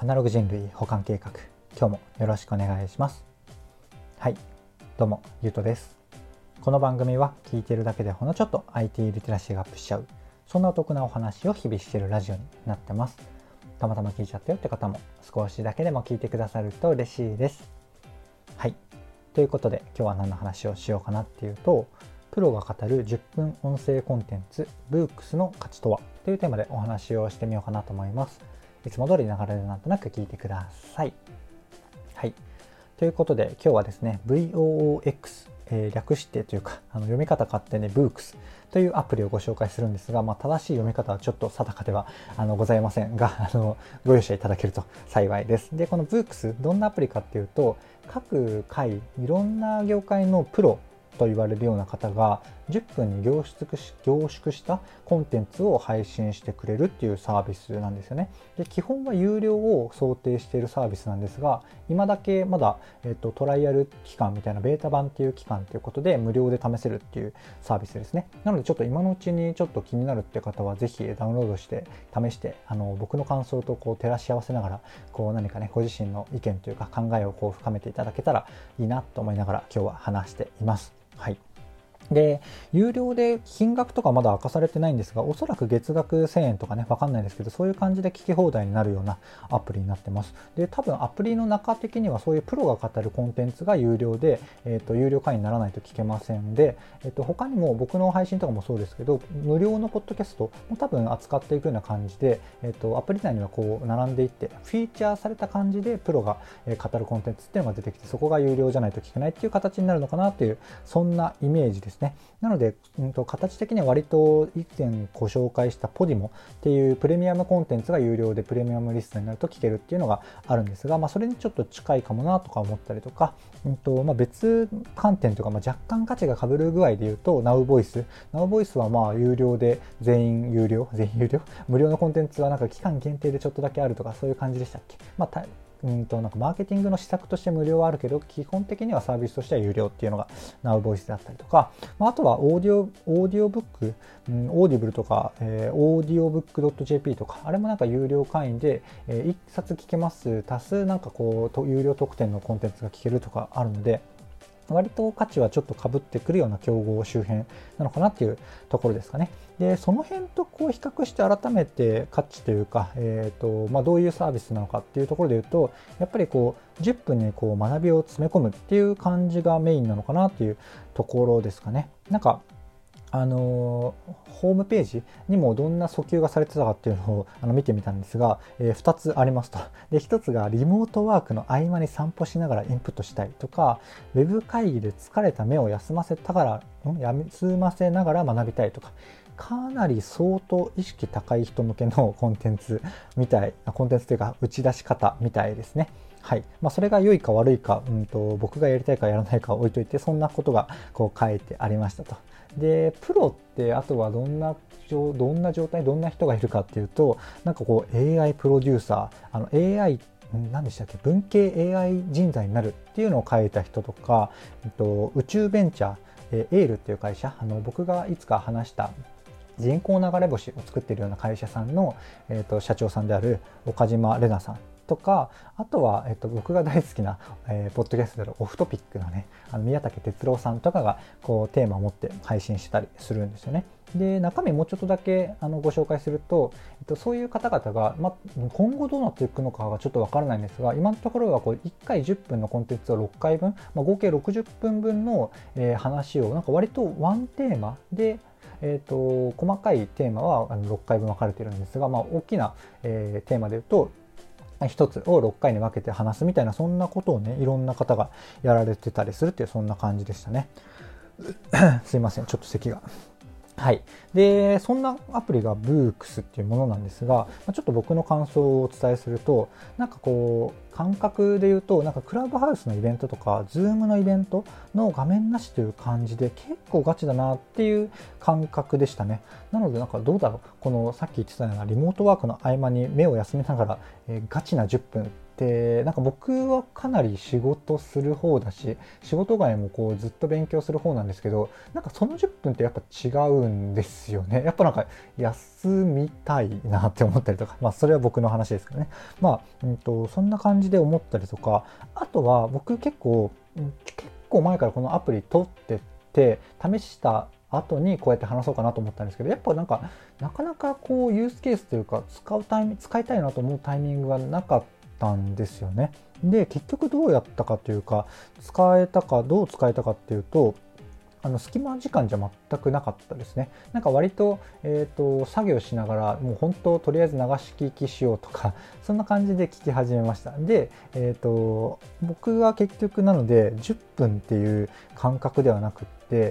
アナログ人類補完計画、今日もよろしくお願いします。はい、どうもゆうとです。この番組は聞いているだけでほんのちょっと IT リテラシーがアップしちゃう、そんなお得なお話を日々しているラジオになってます。たまたま聞いちゃったよって方も少しだけでも聞いてくださると嬉しいです。はい、ということで今日は何の話をしようかなっていうと、プロが語る10分音声コンテンツ Books の価値とはというテーマでお話をしてみようかなと思います。いつも通り流れでなんとなく聞いてください。はい。ということで今日はですね、VOOX、略してというか読み方勝手に Books というアプリをご紹介するんですが、正しい読み方はちょっと定かではございませんが、ご容赦いただけると幸いです。で、この Books どんなアプリかっていうと、各回いろんな業界のプロと言われるような方が10分に凝縮したコンテンツを配信してくれるっていうサービスなんですよね。で、基本は有料を想定しているサービスなんですが、今だけまだ、トライアル期間みたいなベータ版っていう期間ということで無料で試せるっていうサービスですね。なのでちょっと今のうちにちょっと気になるっていう方はぜひダウンロードして試して僕の感想と照らし合わせながら何かねご自身の意見というか考えを深めていただけたらいいなと思いながら今日は話しています。はい。で、有料で金額とかまだ明かされてないんですが、おそらく月額1000円とかね、わかんないですけど、そういう感じで聞き放題になるようなアプリになってます。で、多分アプリの中的にはそういうプロが語るコンテンツが有料で、有料会員にならないと聞けませんで、他にも僕の配信とかもそうですけど、無料のポッドキャストも多分扱っていくような感じで、アプリ内には並んでいって、フィーチャーされた感じでプロが語るコンテンツっていうのが出てきて、そこが有料じゃないと聞けないっていう形になるのかなっていう、そんなイメージですね。なので、形的には割と以前ご紹介したポディモっていうプレミアムコンテンツが有料でプレミアムリストになると聞けるっていうのがあるんですが、それにちょっと近いかもなとか思ったりとか、別観点というか、若干価値が被る具合で言うと Now Voice は有料で全員有料無料のコンテンツはなんか期間限定でちょっとだけあるとか、そういう感じでしたっけ。なんかマーケティングの施策として無料はあるけど、基本的にはサービスとしては有料っていうのが Now Voice だったりとか、あとはオーディオブック、オーディブルとか、audiobook.jp とか、あれもなんか有料会員で、1冊聞けます、足すなんか有料特典のコンテンツが聞けるとかあるので、割と価値はちょっと被ってくるような競合周辺なのかなっていうところですかね。で、その辺と比較して改めて価値というか、どういうサービスなのかっていうところで言うと、やっぱり10分に学びを詰め込むっていう感じがメインなのかなっていうところですかね。なんかホームページにもどんな訴求がされてたかっていうのを見てみたんですが、2つありますと。で、1つがリモートワークの合間に散歩しながらインプットしたいとか、ウェブ会議で疲れた目を休ませながら学びたいとか、かなり相当意識高い人向けのコンテンツというか打ち出し方みたいですね。はい。それが良いか悪いか、僕がやりたいかやらないか置いといて、そんなことが書いてありましたと。で、プロってあとはどんな状態、どんな人がいるかっていうと、なんかAI プロデューサー、AI何でしたっけ、文系 AI 人材になるっていうのを書いた人とか、宇宙ベンチャー、エールっていう会社、僕がいつか話した人工流れ星を作っているような会社さんの、社長さんである岡島玲奈さんとか、あとは、僕が大好きな、ポッドキャストであるオフトピックのね、宮武哲郎さんとかがテーマを持って配信したりするんですよね。で、中身もうちょっとだけご紹介すると、そういう方々が、今後どうなっていくのかがちょっとわからないんですが、今のところは1回10分のコンテンツを6回分、合計60分分の、話をなんか割とワンテーマで細かいテーマは6回分分かれているんですが、大きな、テーマで言うと一つを6回に分けて話すみたいな、そんなことをね、いろんな方がやられてたりするっていう、そんな感じでしたね。すいません、ちょっと咳が。はい。で、そんなアプリが Books っていうものなんですが、ちょっと僕の感想をお伝えすると、なんか感覚で言うと、なんかクラブハウスのイベントとか、Zoom のイベントの画面なしという感じで、結構ガチだなっていう感覚でしたね。なので、なんかどうだろう、さっき言ってたようなリモートワークの合間に目を休めながら、ガチな10分でなんか僕はかなり仕事する方だし、仕事外もこうずっと勉強する方なんですけど、なんかその10分ってやっぱ違うんですよね。やっぱなんか休みたいなって思ったりとか、まあそれは僕の話ですけどね。まあ、そんな感じで思ったりとか、あとは僕結構前からこのアプリ取ってって試した後にこうやって話そうかなと思ったんですけど、やっぱなんかなかなかこうユースケースというか使いたいなと思うタイミングがなかったんですよね。で結局どうやったかというか、どう使えたかっていうと、隙間時間じゃ全くなかったですね。なんか割と、作業しながらもう本当とりあえず流し聞きしようとかそんな感じで聞き始めました。で、僕は結局なので10分っていう感覚ではなくって、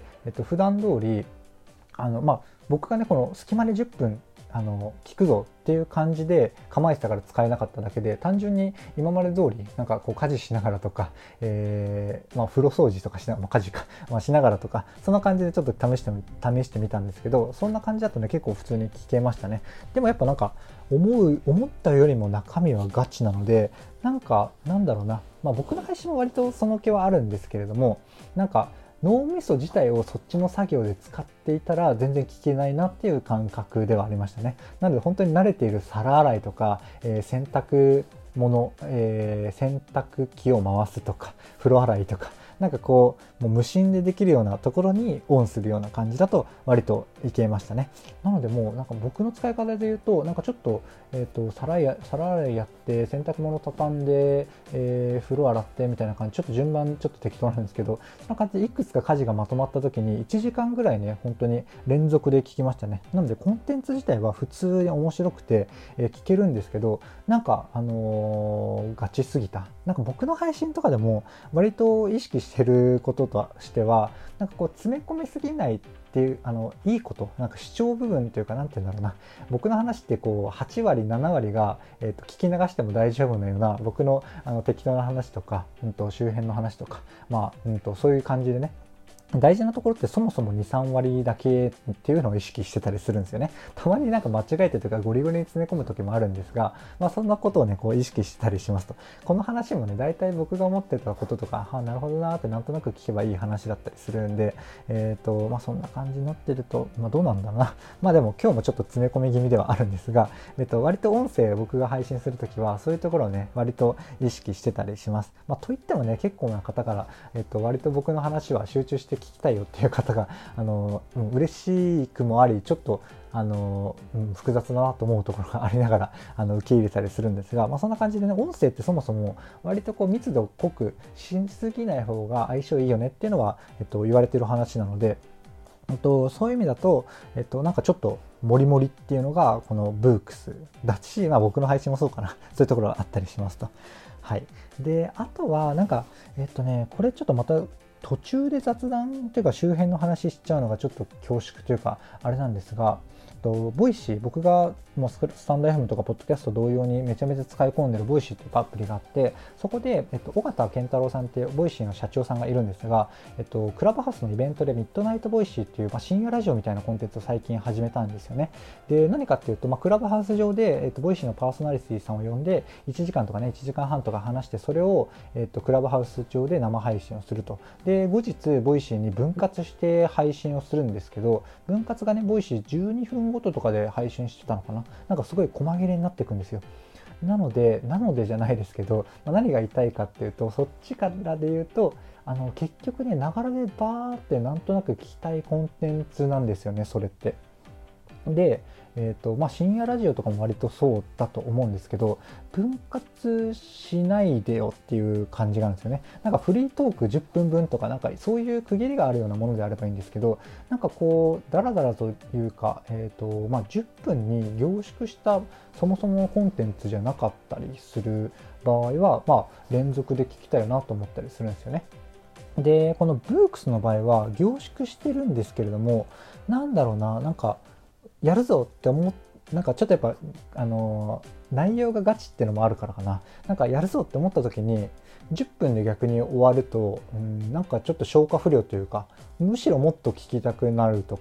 普段通り僕がねこの隙間で10分聞くぞっていう感じで構えてたから使えなかっただけで、単純に今まで通りなんかこう家事しながらとか、風呂掃除とかしながら、家事か、しながらとかそんな感じでちょっと試してみたんですけど、そんな感じだとね結構普通に聞けましたね。でもやっぱなんか思ったよりも中身はガチなので、なんだろうな、僕の配信も割とその気はあるんですけれども、なんか脳みそ自体をそっちの作業で使っていたら全然聞けないなっていう感覚ではありましたね。なので本当に慣れている皿洗いとか、洗濯物、洗濯機を回すとか風呂洗いとか、なんかこうもう無心でできるようなところにオンするような感じだと割といけましたね。なのでもうなんか僕の使い方で言うと、なんかちょっと、皿洗いやって洗濯物畳んで、風呂洗ってみたいな感じ、ちょっと順番ちょっと適当なんですけど、そんな感じでいくつか家事がまとまった時に1時間ぐらいね本当に連続で聞きましたね。なのでコンテンツ自体は普通に面白くて、聞けるんですけど、なんかガチすぎた。なんか僕の配信とかでも割と意識してることとしては、なんかこう詰め込みすぎないっていういいこと、なんか主張部分というか、なんて言うんだろうな、僕の話ってこう8割7割が、聞き流しても大丈夫なような僕の適当な話とか、周辺の話とか、そういう感じでね、大事なところってそもそも 2,3 割だけっていうのを意識してたりするんですよね。たまになんか間違えてとかゴリゴリに詰め込む時もあるんですが、そんなことをねこう意識したりしますと、この話もね大体僕が思ってたこととか、なるほどなーってなんとなく聞けばいい話だったりするんで、そんな感じになってると、どうなんだろうな。でも今日もちょっと詰め込み気味ではあるんですが、割と音声を僕が配信するときはそういうところをね割と意識してたりします。といってもね結構な方から、割と僕の話は集中して聞きたいよっていう方が嬉しくもあり、ちょっと複雑だなと思うところがありながら受け入れたりするんですが、そんな感じでね、音声ってそもそも割とこう密度濃くしすぎない方が相性いいよねっていうのは、言われてる話なので、そういう意味だと、なんかちょっとモリモリっていうのがこのブークスだし、僕の配信もそうかな、そういうところがあったりしますと。はい。で、あとはなんかこれちょっとまた途中で雑談というか周辺の話しちゃうのがちょっと恐縮というかあれなんですが、ボイシー、僕がもうスタンド FM とかポッドキャスト同様にめちゃめちゃ使い込んでるボイシーというアプリがあって、そこで、尾形健太郎さんっていうボイシーの社長さんがいるんですが、クラブハウスのイベントでミッドナイトボイシーっていう、深夜ラジオみたいなコンテンツを最近始めたんですよね。で、何かっていうと、クラブハウス上で、ボイシーのパーソナリティさんを呼んで1時間とかね1時間半とか話して、それを、クラブハウス上で生配信をすると。で、後日ボイシーに分割して配信をするんですけど、分割がねボイシー12分ごととかで配信してたのかな、なんかすごい細切れになっていくんですよ。なのでじゃないですけど、何が言いたいかっていうと、そっちからで言うと結局ね、ながらでバーってなんとなく聞きたいコンテンツなんですよね、それって。で、深夜ラジオとかも割とそうだと思うんですけど、分割しないでよっていう感じがあるんですよね。なんかフリートーク10分分とか、なんかそういう区切りがあるようなものであればいいんですけど、なんかこうダラダラというか、10分に凝縮したそもそもコンテンツじゃなかったりする場合は、連続で聞きたいなと思ったりするんですよね。で、このブークスの場合は凝縮してるんですけれども、なんだろうな、なんかやるぞってなんかちょっとやっぱ内容がガチっていうのもあるからかな、なんかやるぞって思った時に10分で逆に終わると、なんかちょっと消化不良というか、むしろもっと聞きたくなると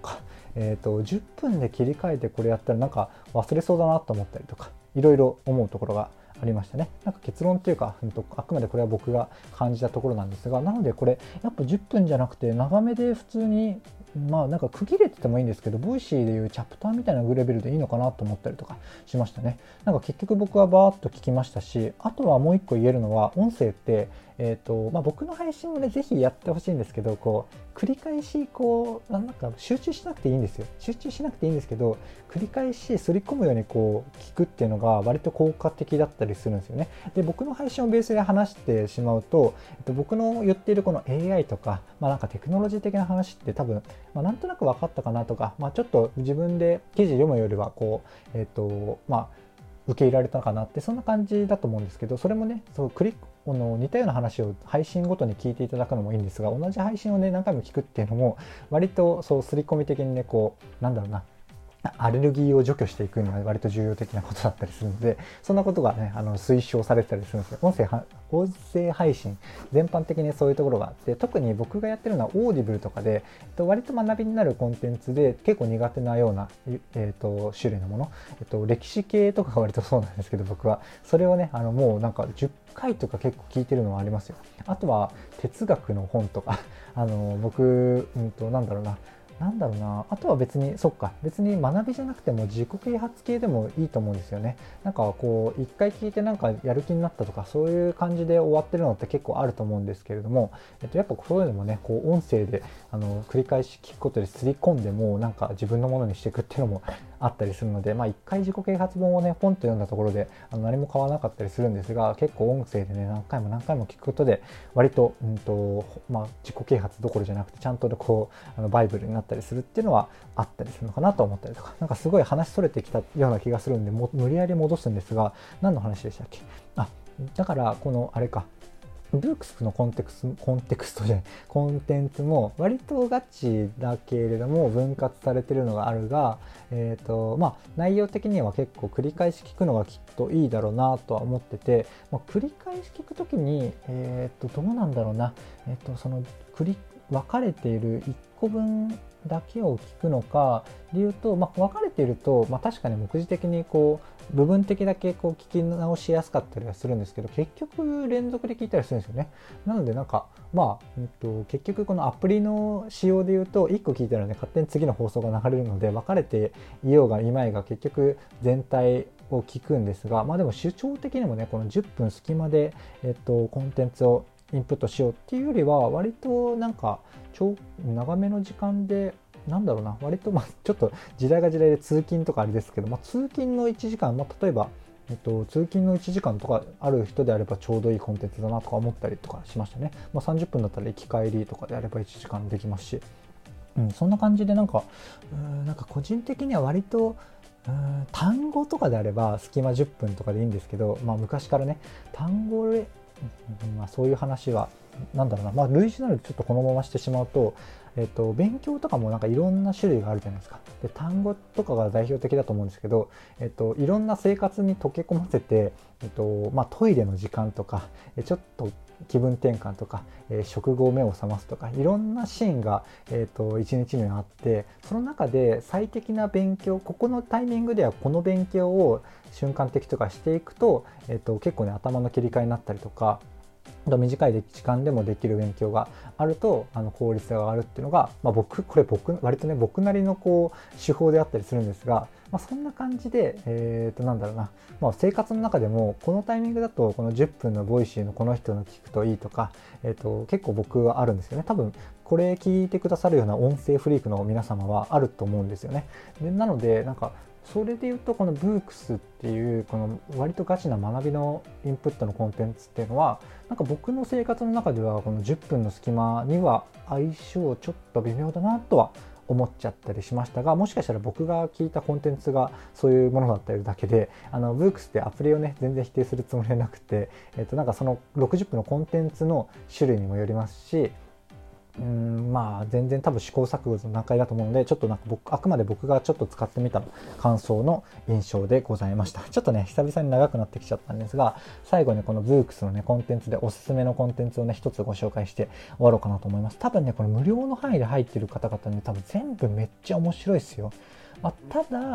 か、10分で切り替えてこれやったらなんか忘れそうだなと思ったりとか、いろいろ思うところがありましたね。なんか結論っていうか、あくまでこれは僕が感じたところなんですが、なのでこれやっぱ10分じゃなくて長めで普通になんか区切れててもいいんですけど、ボイシーでいうチャプターみたいなレベルでいいのかなと思ったりとかしましたね。なんか結局僕はバーッと聞きましたし、あとはもう一個言えるのは、音声って僕の配信もねぜひやってほしいんですけど、繰り返しなんか集中しなくていいんですよ。集中しなくていいんですけど、繰り返し刷り込むように聞くっていうのが割と効果的だったりするんですよね。で、僕の配信をベースで話してしまうと、僕の言っているこの AI とか、なんかテクノロジー的な話って多分、なんとなく分かったかなとか、ちょっと自分で記事読むよりは受け入れられたかなって、そんな感じだと思うんですけど、それもね、似たような話を配信ごとに聞いていただくのもいいんですが、同じ配信をね何回も聞くっていうのも割と刷り込み的にね、なんだろうな、アレルギーを除去していくには割と重要的なことだったりするので、そんなことがね推奨されてたりするんですよ。音声配信全般的にそういうところがあって、特に僕がやってるのはオーディブルとかで、割と学びになるコンテンツで結構苦手なような、種類のもの、歴史系とかが割とそうなんですけど、僕はそれをねもうなんか10回とか結構聞いてるのはありますよ。あとは哲学の本とか僕、あとは別に別に学びじゃなくても自己啓発系でもいいと思うんですよね。なんか一回聞いてなんかやる気になったとか、そういう感じで終わってるのって結構あると思うんですけれども、やっぱそういうのもね音声で繰り返し聞くことで刷り込んでもなんか自分のものにしていくっていうのもあったりするので、一回自己啓発本をねポンと読んだところで何も変わらなかったりするんですが、結構音声でね何回も聞くことで割と自己啓発どころじゃなくてちゃんとバイブルになったりするっていうのはあったりするのかなと思ったりとか、なんかすごい話それてきたような気がするんで、無理やり戻すんですが、何の話でしたっけ。だからあれか、ブークスのコンテンツも割とガチだけれども分割されてるのがあるが、内容的には結構繰り返し聞くのがきっといいだろうなとは思ってて、繰り返し聞くときにどうなんだろうな、その分かれている1個分だけを聞くのかでいうと、分かれていると、確かに目次的に部分的だけ聞き直しやすかったりはするんですけど、結局連続で聞いたりするんですよね。なのでなんか結局このアプリの仕様でいうと1個聞いたらね勝手に次の放送が流れるので、分かれていようがいまいが結局全体を聞くんですが、でも主張的にもねこの10分隙間でコンテンツをインプットしようっていうよりは割となんか長めの時間で割とちょっと時代が時代で通勤とかあれですけど、通勤の1時間、例えば通勤の1時間とかある人であればちょうどいいコンテンツだなとか思ったりとかしましたね。30分だったら行き帰りとかであれば1時間できますし、そんな感じでなんか個人的には割と単語とかであれば隙間10分とかでいいんですけど、昔からね単語で、そういう話は類似なのでちょっとこのまましてしまうと、勉強とかもなんかいろんな種類があるじゃないですか。で、単語とかが代表的だと思うんですけど、いろんな生活に溶け込ませて、トイレの時間とか、ちょっと気分転換とか、食後目を覚ますとか、いろんなシーンが、一日にあって、その中で最適な勉強、ここのタイミングではこの勉強を瞬間的とかしていくと、結構ね頭の切り替えになったりとか、短い時間でもできる勉強があると効率が上がるっていうのが、僕割とね僕なりの手法であったりするんですが、そんな感じで生活の中でもこのタイミングだとこの10分のボイシーのこの人の聞くといいとか、結構僕はあるんですよね。多分これ聞いてくださるような音声フリークの皆様はあると思うんですよね。でなのでそれでいうとこのブークスっていうこの割とガチな学びのインプットのコンテンツっていうのは僕の生活の中ではこの10分の隙間には相性ちょっと微妙だなとは思っちゃったりしましたが、もしかしたら僕が聞いたコンテンツがそういうものだったりだけで、ブークスってアプリをね全然否定するつもりはなくて、その60分のコンテンツの種類にもよりますし、全然多分試行錯誤の段階だと思うので、ちょっとあくまで僕がちょっと使ってみた感想の印象でございました。ちょっとね久々に長くなってきちゃったんですが、最後にこのブークスのねコンテンツでおすすめのコンテンツをね一つご紹介して終わろうかなと思います。多分ねこれ無料の範囲で入っている方々に多分全部めっちゃ面白いですよ。ただ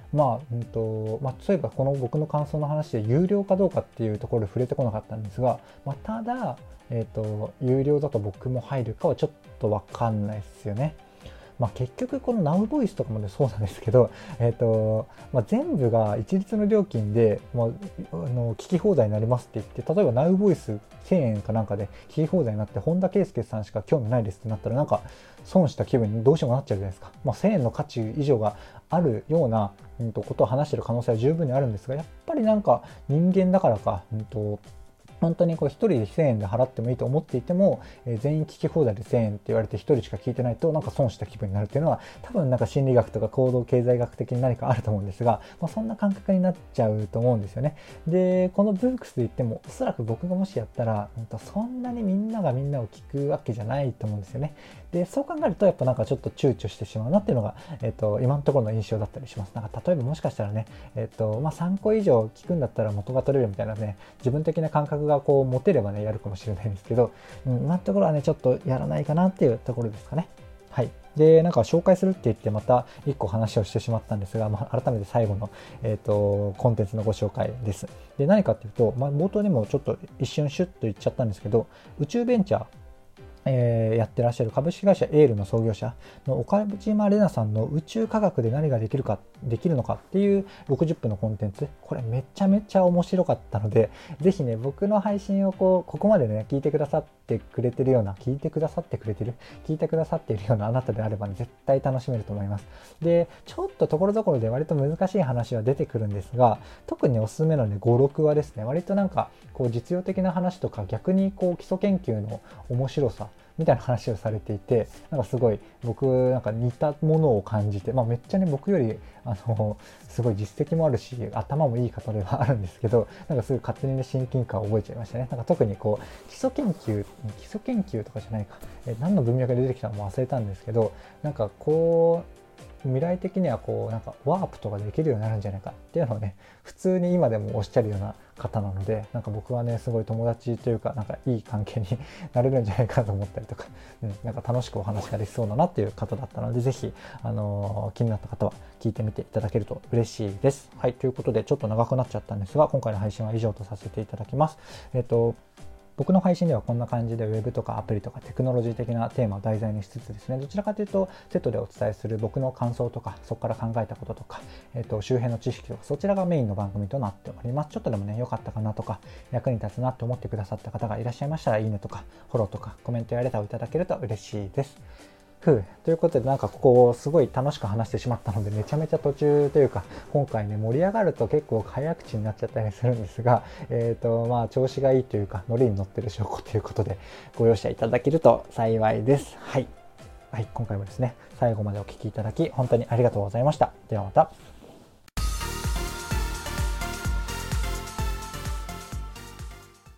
例えばこの僕の感想の話で有料かどうかっていうところで触れてこなかったんですが、ただ、有料だと僕も入るかはちょっと分かんないですよね。結局この Now Voice とかもそうなんですけど、全部が一律の料金で、聞き放題になりますって言って、例えば Now Voice 1000円かなんかで聞き放題になって本田圭佑さんしか興味ないですってなったら、なんか損した気分にどうしてもなっちゃうじゃないですか。1000円の価値以上があるような、ことを話してる可能性は十分にあるんですが、やっぱりなんか人間だからか、本当に1人で1000円で払ってもいいと思っていても、全員聞き放題で1000円って言われて1人しか聞いてないとなんか損した気分になるっていうのは、多分なんか心理学とか行動経済学的に何かあると思うんですが、そんな感覚になっちゃうと思うんですよね。で、このブークスで言ってもおそらく僕がもしやったら、そんなにみんながみんなを聞くわけじゃないと思うんですよね。で、そう考えるとやっぱなんかちょっと躊躇してしまうなっていうのが、今のところの印象だったりします。なんか例えばもしかしたらね、3個以上聞くんだったら元が取れるみたいなね、自分的な感覚がこう持てればね、やるかもしれないんですけど、今のところはね、ちょっとやらないかなっていうところですかね。はい。で、なんか紹介するって言ってまた1個話をしてしまったんですが、改めて最後の、コンテンツのご紹介です。で、何かっていうと、冒頭にもちょっと一瞬シュッと言っちゃったんですけど、宇宙ベンチャー、やってらっしゃる株式会社エールの創業者の岡島玲奈さんの宇宙科学で何ができるのかっていう60分のコンテンツ、これめちゃめちゃ面白かったので、ぜひね、僕の配信をここまでね、聞いてくださってくれてるような、聞いてくださっているようなあなたであれば、ね、絶対楽しめると思います。で、ちょっとところどころで割と難しい話は出てくるんですが、特におすすめのね、5、6話ですね、割となんかこう実用的な話とか、逆にこう基礎研究の面白さみたいな話をされていて、なんかすごい僕なんか似たものを感じて、めっちゃね、僕よりすごい実績もあるし頭もいい方ではあるんですけど、なんかすごい勝手にね、親近感を覚えちゃいましたね。なんか特にこう基礎研究とかじゃないか、何の文脈で出てきたのも忘れたんですけど、なんかこう未来的にはこうなんかワープとかできるようになるんじゃないかっていうのをね、普通に今でもおっしゃるような方なので、なんか僕はね、すごい友達というか、なんかいい関係になれるんじゃないかと思ったりとか、なんか楽しくお話ができそうだなっていう方だったので、ぜひ気になった方は聞いてみていただけると嬉しいです。はい、ということでちょっと長くなっちゃったんですが、今回の配信は以上とさせていただきます。僕の配信ではこんな感じで Web とかアプリとかテクノロジー的なテーマを題材にしつつですね、どちらかというとセットでお伝えする僕の感想とか、そこから考えたこととか、周辺の知識とか、そちらがメインの番組となっております。ちょっとでもね、良かったかなとか、役に立つなと思ってくださった方がいらっしゃいましたら、いいねとかフォローとかコメントやレターをいただけると嬉しいです。ということで、なんかここすごい楽しく話してしまったので、めちゃめちゃ途中というか、今回ね、盛り上がると結構早口になっちゃったりするんですが、調子がいいというか、ノリに乗ってる証拠ということで、ご容赦いただけると幸いです。はい、今回もですね、最後までお聞きいただき本当にありがとうございました。ではまた。